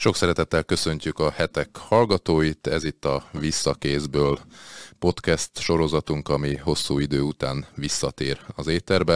Sok szeretettel köszöntjük a hetek hallgatóit, ez itt a Visszakézből podcast sorozatunk, ami hosszú idő után visszatér az éterbe.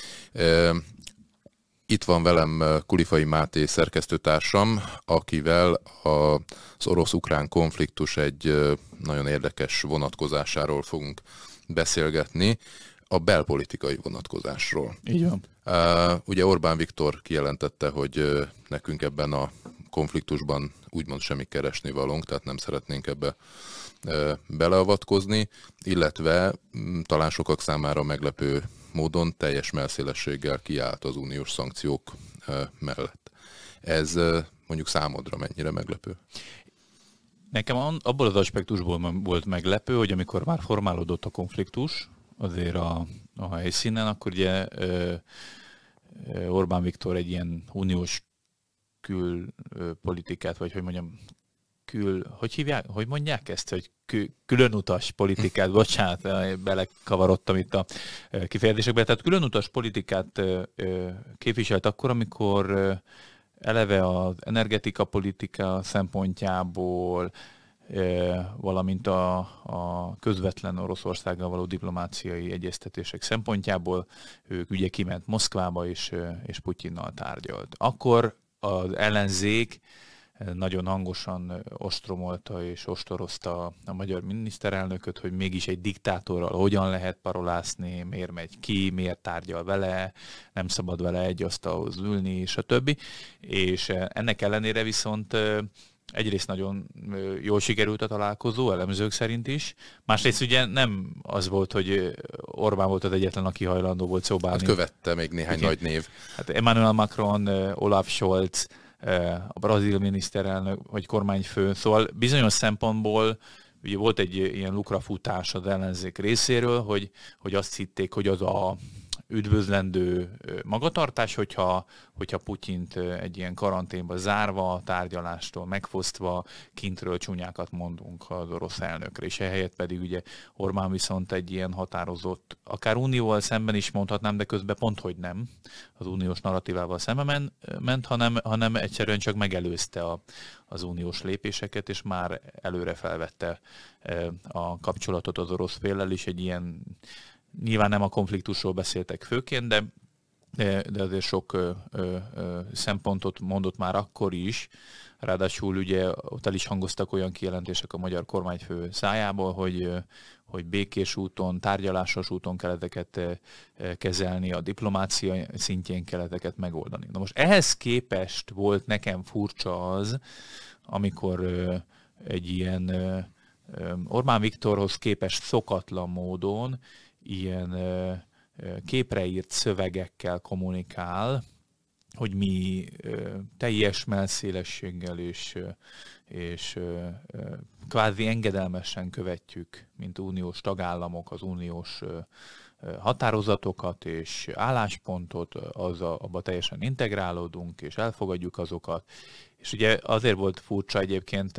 Itt van velem Kulifai Máté szerkesztőtársam, akivel az orosz-ukrán konfliktus egy nagyon érdekes vonatkozásáról fogunk beszélgetni, a belpolitikai vonatkozásról. Így van. Ugye Orbán Viktor kijelentette, hogy nekünk ebben a konfliktusban úgymond semmi keresnivalónk, tehát nem szeretnénk ebbe beleavatkozni, illetve talán sokak számára meglepő módon teljes mellszélességgel kiállt az uniós szankciók mellett. Ez mondjuk számodra mennyire meglepő? Nekem abból az aspektusból volt meglepő, hogy amikor már formálódott a konfliktus, azért a helyszínen, akkor ugye Orbán Viktor egy ilyen uniós külpolitikát, vagy hogy mondjam, hogy mondják ezt, hogy különutas politikát, bocsánat, belekavarodtam itt a kifejezésekbe, tehát különutas politikát képviselt akkor, amikor eleve az energetika politika szempontjából, valamint a közvetlen Oroszországgal való diplomáciai egyeztetések szempontjából ők ugye kiment Moszkvába és Putyinnal tárgyalt. Akkor az ellenzék nagyon hangosan ostromolta és ostorozta a magyar miniszterelnököt, hogy mégis egy diktátorral hogyan lehet parolászni, miért megy ki, miért tárgyal vele, nem szabad vele egy asztalhoz ülni, stb. És ennek ellenére viszont egyrészt nagyon jól sikerült a találkozó, elemzők szerint is. Másrészt ugye nem az volt, hogy Orbán volt az egyetlen, aki hajlandó volt szobálni. Hát követte még néhány nagy név. Hát Emmanuel Macron, Olaf Scholz, a brazil miniszterelnök, vagy kormányfő. Szóval bizonyos szempontból ugye volt egy ilyen lukrafutás az ellenzék részéről, hogy azt hitték, hogy az a üdvözlendő magatartás, hogyha Putyint egy ilyen karanténba zárva, tárgyalástól megfosztva, kintről csúnyákat mondunk az orosz elnökre, és ehelyett pedig ugye Orbán viszont egy ilyen határozott, akár unióval szemben is mondhatnám, de közben pont, hogy nem az uniós narratívával szemben ment, hanem egyszerűen csak megelőzte az uniós lépéseket, és már előre felvette a kapcsolatot az orosz féllel is, egy ilyen, nyilván nem a konfliktusról beszéltek főként, de azért sok szempontot mondott már akkor is. Ráadásul ugye ott el is hangoztak olyan kijelentések a magyar kormányfő szájából, hogy békés úton, tárgyalásos úton kell ezeket kezelni, a diplomácia szintjén kell ezeket megoldani. Na most ehhez képest volt nekem furcsa az, amikor egy ilyen Orbán Viktorhoz képest szokatlan módon ilyen képre írt szövegekkel kommunikál, hogy mi teljes mellszélességgel és kvázi engedelmesen követjük, mint uniós tagállamok, az uniós határozatokat és álláspontot, abba teljesen integrálódunk, és elfogadjuk azokat. És ugye azért volt furcsa egyébként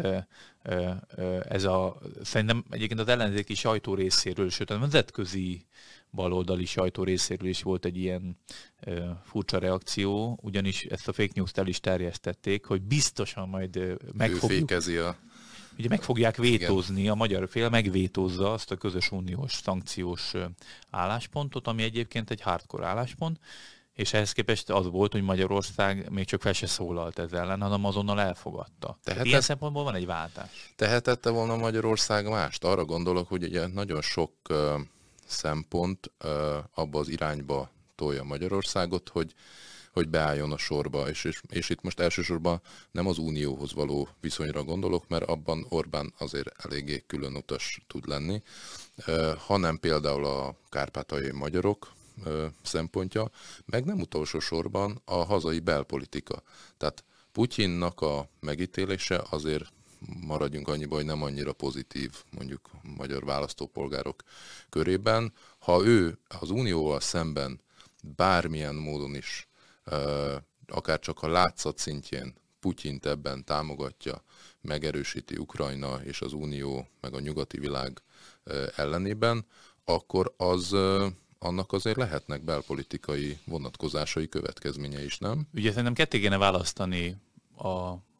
szerintem egyébként az ellenzéki sajtó részéről, sőt a nemzetközi baloldali sajtó részéről is volt egy ilyen furcsa reakció, ugyanis ezt a fake news-t el is terjesztették, hogy biztosan majd meg fogják vétózni, igen. A magyar fél megvétózza azt a közös uniós szankciós álláspontot, ami egyébként egy hardcore álláspont, és ehhez képest az volt, hogy Magyarország még csak fel se szólalt ez ellen, hanem azonnal elfogadta. Ilyen szempontból van egy váltás. Tehetette volna Magyarország mást? Arra gondolok, hogy ugye nagyon sok szempont abba az irányba tolja Magyarországot, hogy beálljon a sorba, és itt most elsősorban nem az unióhoz való viszonyra gondolok, mert abban Orbán azért eléggé különutas tud lenni, hanem például a kárpátaljai magyarok szempontja, meg nem utolsó sorban a hazai belpolitika. Tehát Putyinnak a megítélése azért maradjunk annyiba, hogy nem annyira pozitív mondjuk magyar választópolgárok körében. Ha ő az unióval szemben bármilyen módon is, akár csak a látszat szintjén Putyint ebben támogatja, megerősíti Ukrajna és az unió, meg a nyugati világ ellenében, akkor annak azért lehetnek belpolitikai vonatkozásai, következménye is, nem? Ugye szerintem ketté kéne választani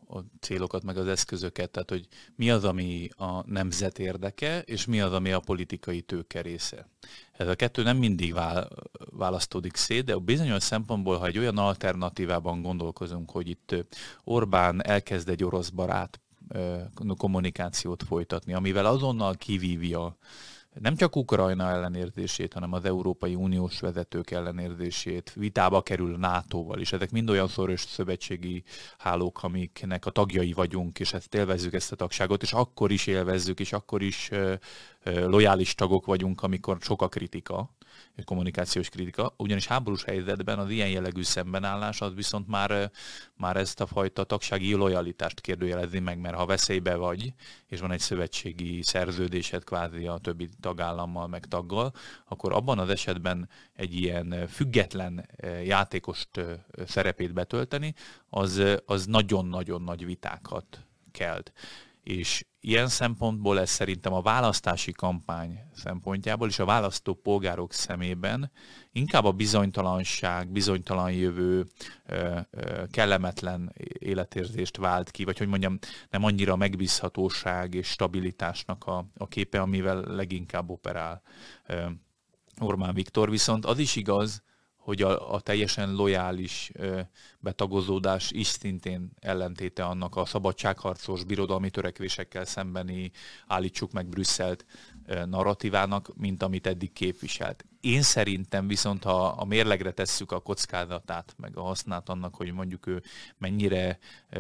célokat, meg az eszközöket, tehát hogy mi az, ami a nemzet érdeke, és mi az, ami a politikai tőke része. Ez a kettő nem mindig választódik szét, de bizonyos szempontból, ha egy olyan alternatívában gondolkozunk, hogy itt Orbán elkezd egy orosz barát kommunikációt folytatni, amivel azonnal kivívja nem csak Ukrajna ellenérzését, hanem az Európai Uniós vezetők ellenérzését, vitába kerül NATO-val is. Ezek mind olyan szoros szövetségi hálók, amiknek a tagjai vagyunk, és ezt élvezzük, ezt a tagságot, és akkor is élvezzük, és akkor is lojális tagok vagyunk, amikor sok a kritika, és kommunikációs kritika, ugyanis háborús helyzetben az ilyen jellegű szembenállás az viszont már ezt a fajta tagsági lojalitást kérdőjelezi meg, mert ha veszélybe vagy, és van egy szövetségi szerződésed kvázi a többi tagállammal, meg taggal, akkor abban az esetben egy ilyen független játékost szerepét betölteni, az nagyon-nagyon nagy vitákat kelt. És ilyen szempontból ez szerintem a választási kampány szempontjából és a választó polgárok szemében inkább a bizonytalanság, bizonytalan jövő, kellemetlen életérzést vált ki, vagy hogy mondjam, nem annyira a megbízhatóság és stabilitásnak a képe, amivel leginkább operál Orbán Viktor. Viszont az is igaz, hogy a teljesen lojális betagozódás is szintén ellentéte annak a szabadságharcos birodalmi törekvésekkel szembeni állítsuk meg Brüsszelt narratívának, mint amit eddig képviselt. Én szerintem viszont, ha a mérlegre tesszük a kockázatát, meg a hasznát annak, hogy mondjuk ő mennyire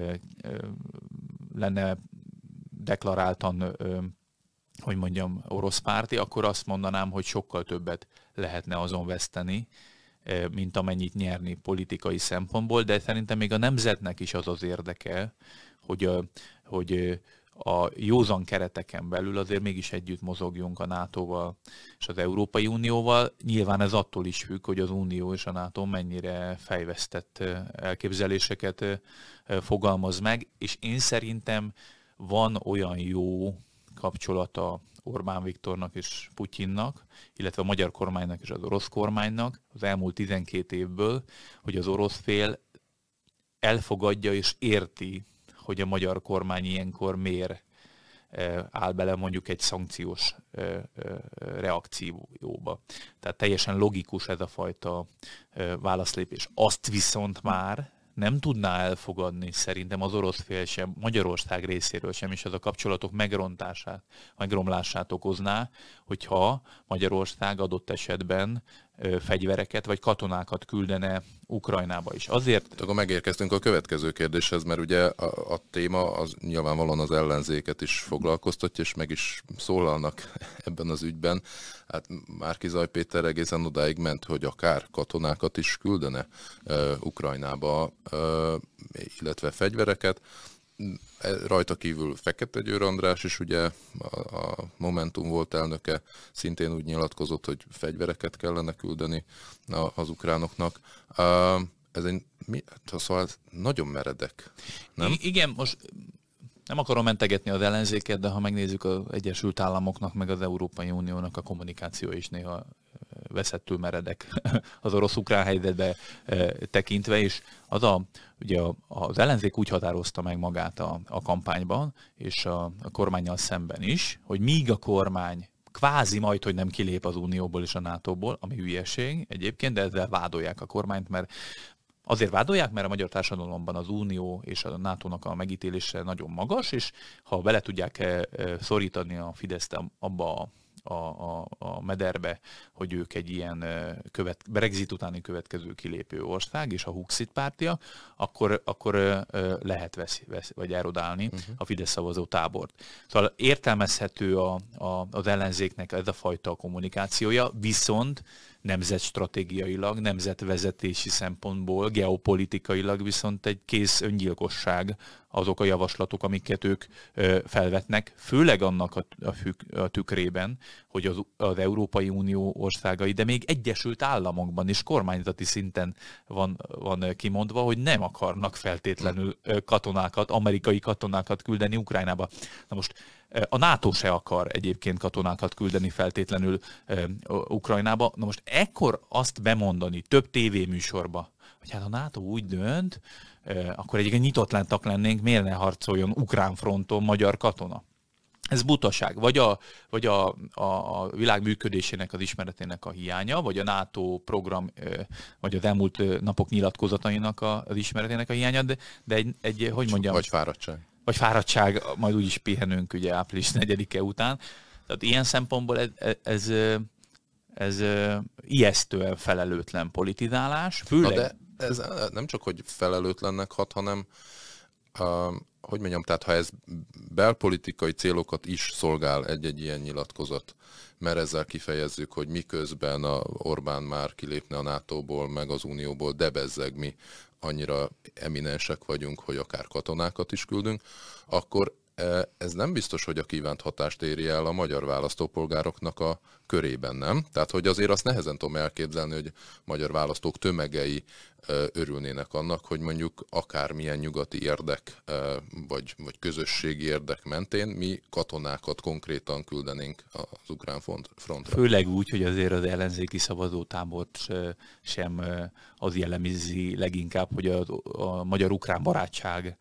lenne deklaráltan hogy mondjam, orosz párti, akkor azt mondanám, hogy sokkal többet lehetne azon veszteni, mint amennyit nyerni politikai szempontból, de szerintem még a nemzetnek is az az érdeke, hogy a józan kereteken belül azért mégis együtt mozogjunk a NATO-val és az Európai Unióval. Nyilván ez attól is függ, hogy az Unió és a NATO mennyire fejvesztett elképzeléseket fogalmaz meg, és én szerintem van olyan jó kapcsolata Orbán Viktornak és Putyinnak, illetve a magyar kormánynak és az orosz kormánynak az elmúlt 12 évből, hogy az orosz fél elfogadja és érti, hogy a magyar kormány ilyenkor miért áll bele mondjuk egy szankciós reakcióba. Tehát teljesen logikus ez a fajta válaszlépés. Azt viszont már nem tudná elfogadni szerintem az orosz fél sem, Magyarország részéről sem, és ez a kapcsolatok megromlását okozná, hogyha Magyarország adott esetben fegyvereket vagy katonákat küldene Ukrajnába is. Azért... Akkor megérkeztünk a következő kérdéshez, mert ugye a téma az nyilvánvalóan az ellenzéket is foglalkoztatja, és meg is szólalnak ebben az ügyben. Hát Márki-Zay Péter egészen odáig ment, hogy akár katonákat is küldene Ukrajnába, illetve fegyvereket. Rajta kívül Fekete Győr András is, ugye a Momentum volt elnöke, szintén úgy nyilatkozott, hogy fegyvereket kellene küldeni az ukránoknak. Szóval nagyon meredek, nem? Igen, most nem akarom mentegetni az ellenzéket, de ha megnézzük az Egyesült Államoknak, meg az Európai Uniónak a kommunikáció is néha veszettül meredek az orosz-ukrán helyzetbe tekintve, és ugye az ellenzék úgy határozta meg magát a kampányban, és a kormánnyal szemben is, hogy míg a kormány kvázi majd, hogy nem kilép az Unióból és a NATO-ból, ami hülyeség egyébként, de ezzel vádolják a kormányt, mert azért vádolják, mert a magyar társadalomban az Unió és a NATO-nak a megítélése nagyon magas, és ha bele tudják szorítani a Fideszt abba a mederbe, hogy ők egy ilyen Brexit utáni következő kilépő ország, és a Huxit pártja, akkor lehet vagy erodálni a Fidesz szavazó tábort. Szóval értelmezhető az ellenzéknek ez a fajta kommunikációja, viszont nemzetstratégiailag, nemzetvezetési szempontból, geopolitikailag viszont egy kész öngyilkosság azok a javaslatok, amiket ők felvetnek, főleg annak a tükrében, hogy az Európai Unió országai, de még Egyesült Államokban is kormányzati szinten van kimondva, hogy nem akarnak feltétlenül katonákat, amerikai katonákat küldeni Ukrajnába. Na most A NATO se akar egyébként katonákat küldeni feltétlenül Ukrajnába. Na most ekkor azt bemondani több tévéműsorba, hogy hát a NATO úgy dönt, akkor egyébként nyitottak lennénk, miért ne harcoljon ukrán fronton magyar katona? Ez butaság. Vagy a világ működésének az ismeretének a hiánya, vagy a NATO program, vagy az elmúlt napok nyilatkozatainak az ismeretének a hiánya, de hogy mondjam... Vagy fáradtság. Vagy fáradtság, majd úgyis pihenünk ugye április 4-e után. Tehát ilyen szempontból ez ijesztően felelőtlen politizálás. Főleg... De ez nem csak, hogy felelőtlennek hat, hanem hogy mondjam, tehát ha ez belpolitikai célokat is szolgál egy-egy ilyen nyilatkozat, mert ezzel kifejezzük, hogy miközben Orbán már kilépne a NATO-ból, meg az Unióból, de bezzeg mi annyira eminensek vagyunk, hogy akár katonákat is küldünk, akkor ez nem biztos, hogy a kívánt hatást éri el a magyar választópolgároknak a körében, nem? Tehát, hogy azért azt nehezen tudom elképzelni, hogy magyar választók tömegei örülnének annak, hogy mondjuk akármilyen nyugati érdek, vagy közösségi érdek mentén mi katonákat konkrétan küldenénk az ukrán frontra. Főleg úgy, hogy azért az ellenzéki szavazótábort sem az jellemzi leginkább, hogy a magyar-ukrán barátság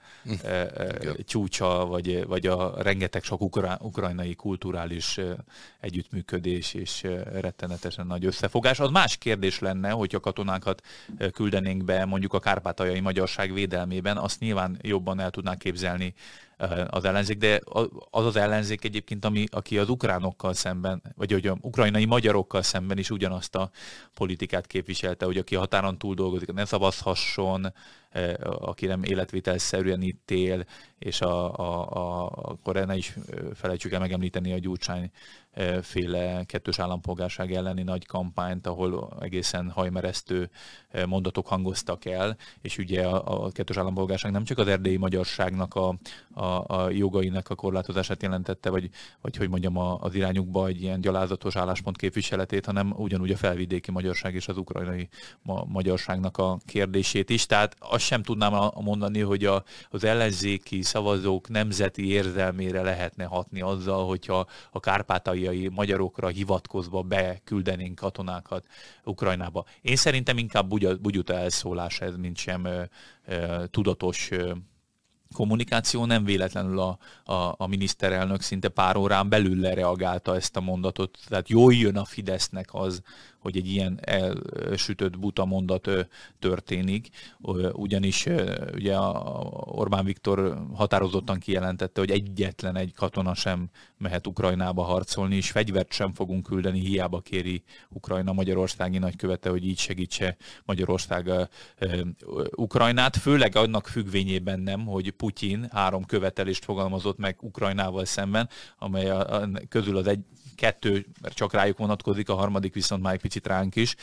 csúcsa, vagy a rengeteg sok ukrajnai kulturális együttműködés és rettenetesen nagy összefogás. Az más kérdés lenne, hogy a katonákat küldenénk be mondjuk a kárpátaljai magyarság védelmében, azt nyilván jobban el tudná képzelni az ellenzék, de az ellenzék egyébként, aki az ukránokkal szemben, vagy hogy az ukrajnai magyarokkal szemben is ugyanazt a politikát képviselte, hogy aki határon túl dolgozik, ne szavazhasson, aki nem életvitelszerűen itt él, és akkor ne is felejtsük el megemlíteni a Gyurcsány féle kettős állampolgárság elleni nagy kampányt, ahol egészen hajmeresztő mondatok hangoztak el, és ugye a kettős állampolgárság nem csak az erdélyi magyarságnak a jogainak a korlátozását jelentette, vagy hogy mondjam, az irányukba egy ilyen gyalázatos álláspont képviseletét, hanem ugyanúgy a felvidéki magyarság és az ukrajnai magyarságnak a kérdését is. Tehát azt sem tudnám mondani, hogy az ellenzéki szavazók nemzeti érzelmére lehetne hatni azzal, hogyha a kárpátaljai magyarokra hivatkozva beküldenénk katonákat Ukrajnába. Én szerintem inkább bugyuta elszólás ez, mint sem tudatos kommunikáció. Nem véletlenül a miniszterelnök szinte pár órán belül lereagálta ezt a mondatot. Tehát jól jön a Fidesznek az, hogy egy ilyen elsütött buta mondat történik, ugyanis ugye Orbán Viktor határozottan kijelentette, hogy egyetlen egy katona sem mehet Ukrajnába harcolni, és fegyvert sem fogunk küldeni, hiába kéri Ukrajna magyarországi nagykövete, hogy így segítse Magyarország Ukrajnát, főleg annak függvényében nem, hogy Putyin 3 követelést fogalmazott meg Ukrajnával szemben, amely közül az kettő, mert csak rájuk vonatkozik, a harmadik viszont már egy picit ránk is.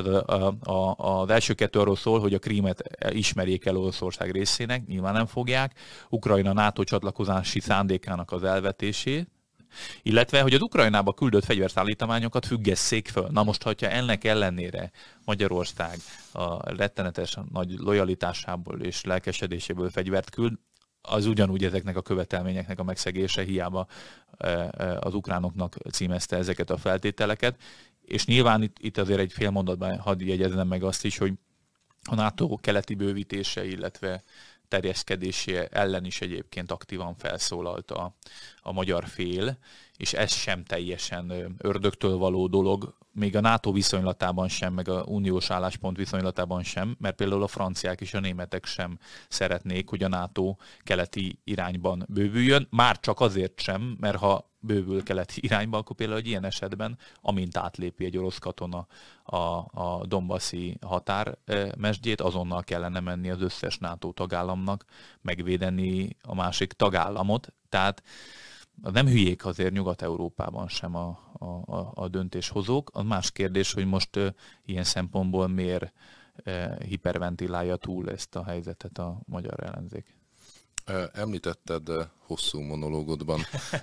Az első 2 arról szól, hogy a Krímet ismerjék el Oroszország részének, nyilván nem fogják, Ukrajna NATO csatlakozási szándékának az elvetését, illetve, hogy az Ukrajnába küldött fegyverszállítmányokat függesszék föl. Na most, hogyha ennek ellenére Magyarország a rettenetes nagy lojalitásából és lelkesedéséből fegyvert küld, az ugyanúgy ezeknek a követelményeknek a megszegése, hiába az ukránoknak címezte ezeket a feltételeket. És nyilván itt azért egy fél mondatban hadd jegyeznem meg azt is, hogy a NATO keleti bővítése, illetve terjeszkedése ellen is egyébként aktívan felszólalt a magyar fél, és ez sem teljesen ördögtől való dolog, még a NATO viszonylatában sem, meg a uniós álláspont viszonylatában sem, mert például a franciák és a németek sem szeretnék, hogy a NATO keleti irányban bővüljön, már csak azért sem, mert ha bővül keleti irányba, akkor például egy ilyen esetben, amint átlépi egy orosz katona a Donbassi határmesdjét, azonnal kellene menni az összes NATO tagállamnak, megvédeni a másik tagállamot. Tehát nem hülyék azért Nyugat-Európában sem a döntéshozók. A más kérdés, hogy most ilyen szempontból miért hiperventilálja túl ezt a helyzetet a magyar ellenzék. Említetted hosszú monológodban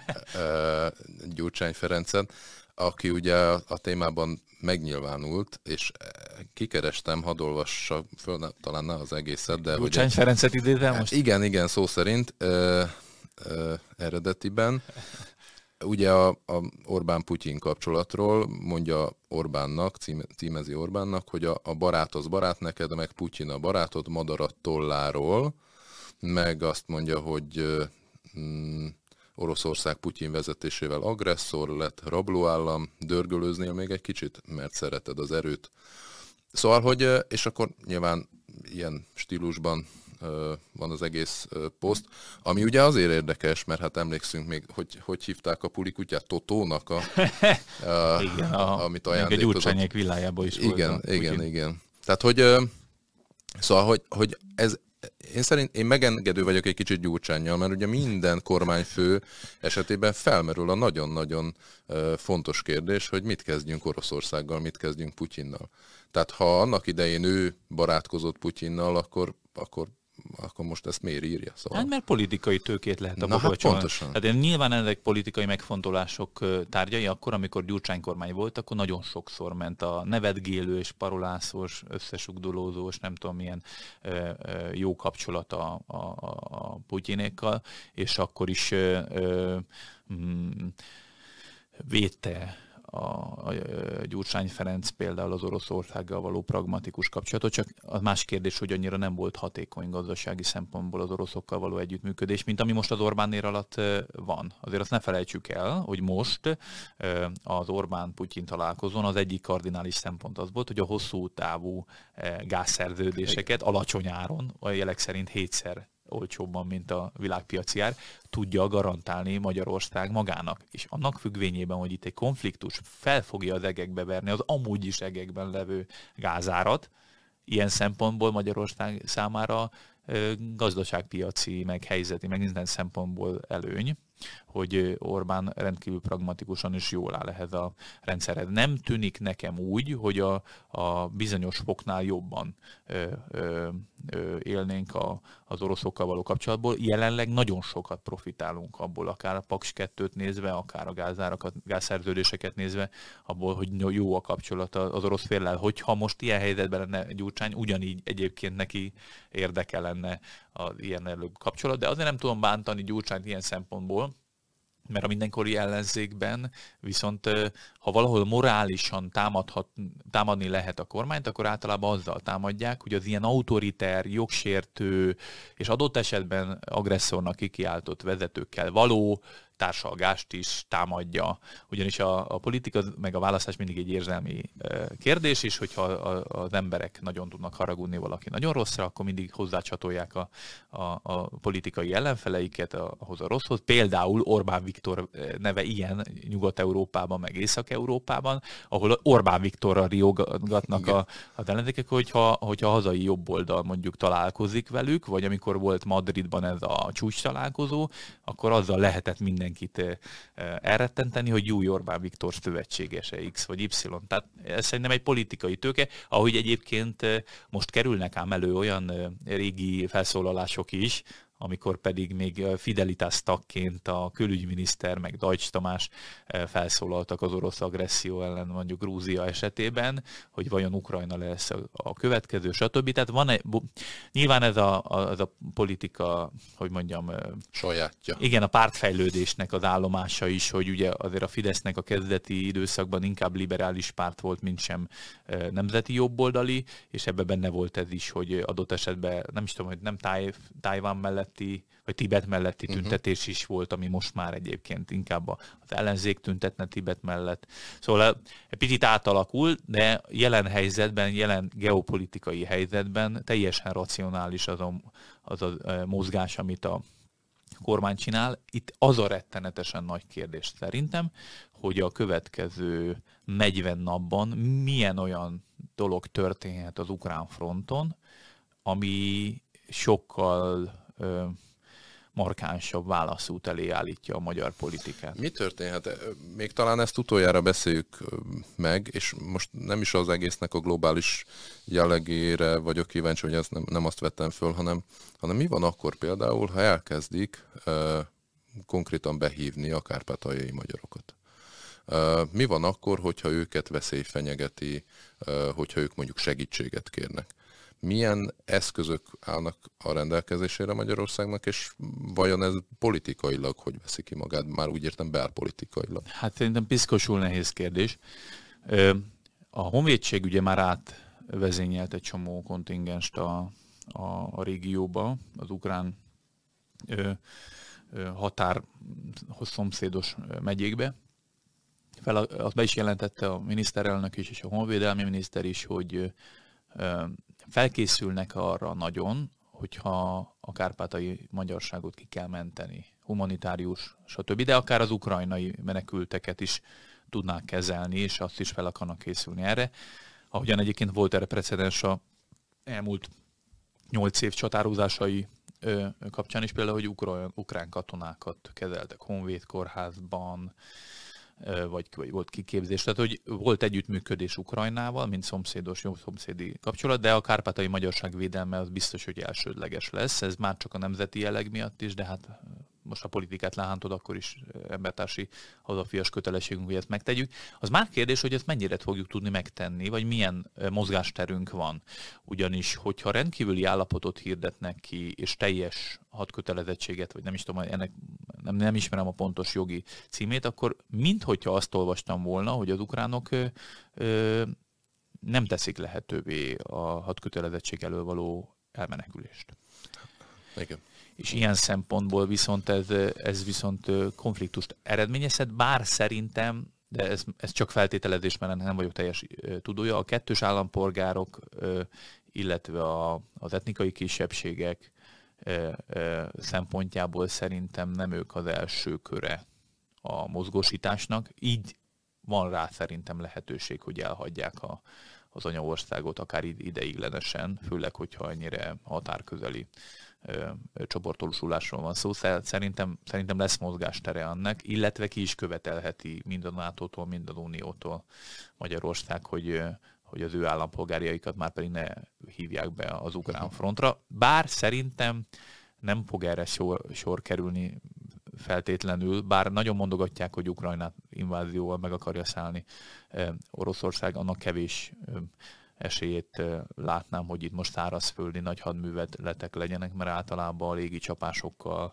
Gyurcsány Ferencet, aki ugye a témában megnyilvánult, és kikerestem, hadd olvassa föl, talán ne az egészet, de... Gyurcsány Ferencet idézem most? Igen, szó szerint eredetiben. ugye a Orbán-Putyin kapcsolatról mondja Orbánnak, címezi Orbánnak, hogy a barát az barát neked, meg Putyin a barátod madarat tolláról, meg azt mondja, hogy Oroszország Putyin vezetésével agresszor lett, rablóállam, dörgölőznél még egy kicsit, mert szereted az erőt. Szóval, hogy, és akkor nyilván ilyen stílusban van az egész poszt, ami ugye azért érdekes, mert hát emlékszünk még, hogy hívták a pulikutyát, Totónak, igen, amit ajándékozott. Még a Gyurcsányék villájában is volt. Igen. Tehát, hogy szóval, hogy ez, én megengedő vagyok egy kicsit Gyurcsánnyal, mert ugye minden kormányfő esetében felmerül a nagyon-nagyon fontos kérdés, hogy mit kezdjünk Oroszországgal, mit kezdjünk Putyinnal. Tehát ha annak idején ő barátkozott Putyinnal, akkor most ezt miért írja? Szóval. Hát mert politikai tőkét lehet abba hát pontosan. Tehát nyilván ezek politikai megfontolások tárgyai, akkor, amikor Gyurcsány kormány volt, akkor nagyon sokszor ment a nevetgélős, parolászós, összesugdolózós, nem tudom milyen jó kapcsolat a Putyinékkal, és akkor is védte a Gyurcsány Ferenc például az Oroszországgal való pragmatikus kapcsolatot, csak az más kérdés, hogy annyira nem volt hatékony gazdasági szempontból az oroszokkal való együttműködés, mint ami most az Orbánnél alatt van. Azért azt ne felejtsük el, hogy most az Orbán-Putyin találkozón az egyik kardinális szempont az volt, hogy a hosszú távú gázszerződéseket alacsony áron, a jelek szerint 7-szer olcsóbban, mint a világpiaci ár, tudja garantálni Magyarország magának. És annak függvényében, hogy itt egy konfliktus fel fogja az egekbe verni az amúgy is egekben levő gázárat, ilyen szempontból Magyarország számára gazdaságpiaci, meg helyzeti, meg minden szempontból előny, hogy Orbán rendkívül pragmatikusan is jól áll ehhez a rendszerhez. Nem tűnik nekem úgy, hogy a bizonyos foknál jobban élnénk az oroszokkal való kapcsolatból. Jelenleg nagyon sokat profitálunk abból, akár a Paks 2-t nézve, akár a gázárakat, gázszerződéseket nézve, abból, hogy jó a kapcsolat az orosz féllel. Hogyha most ilyen helyzetben lenne Gyurcsány, ugyanígy egyébként neki érdeke lenne az ilyen előbb kapcsolat, de azért nem tudom bántani Gyurcsányt ilyen szempontból, mert a mindenkori ellenzékben viszont ha valahol morálisan támadni lehet a kormányt, akkor általában azzal támadják, hogy az ilyen autoriter, jogsértő és adott esetben agresszornak kikiáltott vezetőkkel való társalgást is támadja. Ugyanis a politika meg a választás mindig egy érzelmi kérdés, és hogyha az emberek nagyon tudnak haragudni valaki nagyon rosszra, akkor mindig hozzácsatolják a politikai ellenfeleiket ahhoz a rosszhoz. Például Orbán Viktor neve ilyen Nyugat-Európában, meg Észak-Európában, ahol Orbán Viktorra riogatnak az ellenzékek, hogyha hazai jobboldal mondjuk találkozik velük, vagy amikor volt Madridban ez a csúcs találkozó, akkor azzal lehetett mindenkit elrettenteni, hogy új Orbán Viktor szövetségese X vagy Y. Tehát ez szerintem egy politikai tőke, ahogy egyébként most kerülnek ám elő olyan régi felszólalások is, amikor pedig még Fidelitas tagként a külügyminiszter meg Deutsch Tamás felszólaltak az orosz agresszió ellen mondjuk Grúzia esetében, hogy vajon Ukrajna lesz a következő, stb. Tehát nyilván ez a politika, hogy mondjam, sajátja. Igen, a pártfejlődésnek az állomása is, hogy ugye azért a Fidesznek a kezdeti időszakban inkább liberális párt volt, mint sem nemzeti jobboldali, és ebben benne volt ez is, hogy adott esetben, nem is tudom, hogy nem Tájván mellett vagy Tibet melletti tüntetés is volt, ami most már egyébként inkább az ellenzék tüntetne Tibet mellett. Szóval egy picit átalakul, de jelen helyzetben, jelen geopolitikai helyzetben teljesen racionális az a mozgás, amit a kormány csinál. Itt az a rettenetesen nagy kérdés szerintem, hogy a következő 40 napban milyen olyan dolog történhet az ukrán fronton, ami sokkal markánsabb válaszút elé állítja a magyar politikát. Mi történhet? Még talán ezt utoljára beszéljük meg, és most nem is az egésznek a globális jellegére vagyok kíváncsi, hogy ezt nem azt vettem föl, hanem mi van akkor például, ha elkezdik konkrétan behívni a kárpátaljai magyarokat? Mi van akkor, hogyha őket veszély fenyegeti, hogyha ők mondjuk segítséget kérnek? Milyen eszközök állnak a rendelkezésére Magyarországnak, és vajon ez politikailag hogy veszi ki magát? Már úgy értem belpolitikailag. Hát szerintem piszkosul nehéz kérdés. A honvédség ugye már átvezényelt egy csomó kontingenst a régióba, az ukrán határhoz szomszédos megyékbe. Azt be is jelentette a miniszterelnök is, és a honvédelmi miniszter is, hogy felkészülnek arra nagyon, hogyha a kárpátai magyarságot ki kell menteni, humanitárius, stb. De akár az ukrajnai menekülteket is tudnák kezelni, és azt is fel akarnak készülni erre. Ahogyan egyébként volt erre precedens a elmúlt 8 év csatározásai kapcsán is, például, hogy ukrán katonákat kezeltek honvédkórházban, vagy volt kiképzés. Tehát, hogy volt együttműködés Ukrajnával, mint szomszédos, jó szomszédi kapcsolat, de a kárpátai magyarság védelme az biztos, hogy elsődleges lesz. Ez már csak a nemzeti jelleg miatt is, de hát most a politikát lehántod, akkor is embertársi hazafias kötelességünk, hogy ezt megtegyük. Az már kérdés, hogy ezt mennyire fogjuk tudni megtenni, vagy milyen mozgásterünk van. Ugyanis, hogyha rendkívüli állapotot hirdetnek ki, és teljes hadkötelezettséget, vagy nem is tudom, ennek nem ismerem a pontos jogi címét, akkor minthogyha azt olvastam volna, hogy az ukránok nem teszik lehetővé a hadkötelezettség elől való elmenekülést. Igen. És ilyen szempontból viszont ez viszont konfliktust eredményezhet, bár szerintem, de ez csak feltételezés, mert nem vagyok teljes tudója, a kettős állampolgárok, illetve az etnikai kisebbségek szempontjából szerintem nem ők az első köre a mozgósításnak, így van rá szerintem lehetőség, hogy elhagyják az anyaországot akár ideiglenesen, főleg, hogyha ennyire határközeli csoportosulásról van szó. Szerintem lesz mozgástere annak, illetve ki is követelheti mind a NATO-tól, mind az Uniótól Magyarország, hogy az ő állampolgárjaikat már pedig ne hívják be az ukrán frontra. Bár szerintem nem fog erre sor kerülni feltétlenül, bár nagyon mondogatják, hogy Ukrajnát invázióval meg akarja szállni Oroszország, annak kevés esélyét látnám, hogy itt most szárazföldi nagy hadműveletek legyenek, mert általában a légi csapásokkal,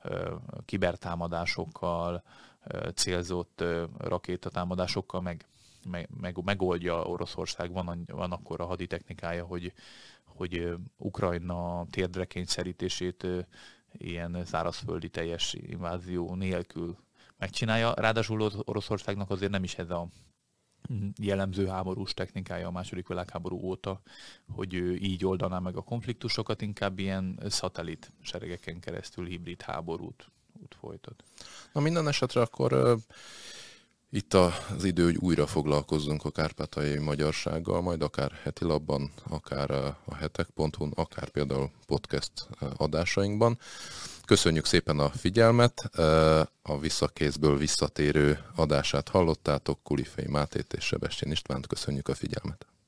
kibertámadásokkal, célzott rakétatámadásokkal megoldja Oroszország. Van akkor a haditechnikája, hogy Ukrajna térdre kényszerítését ilyen szárazföldi teljes invázió nélkül megcsinálja. Ráadásul Oroszországnak azért nem is ez a jellemző háborús technikája a II. Világháború óta, hogy így oldaná meg a konfliktusokat, inkább ilyen szatellit seregeken keresztül hibrid háborút folytat. Na minden esetre akkor itt az idő, hogy újra foglalkozzunk a kárpátaljai magyarsággal, majd akár heti labban, akár a hetek.hu-n, akár például podcast adásainkban. Köszönjük szépen a figyelmet, a Visszakézből visszatérő adását hallottátok, Kulifei Mátét és Sebestyén Istvánt, köszönjük a figyelmet.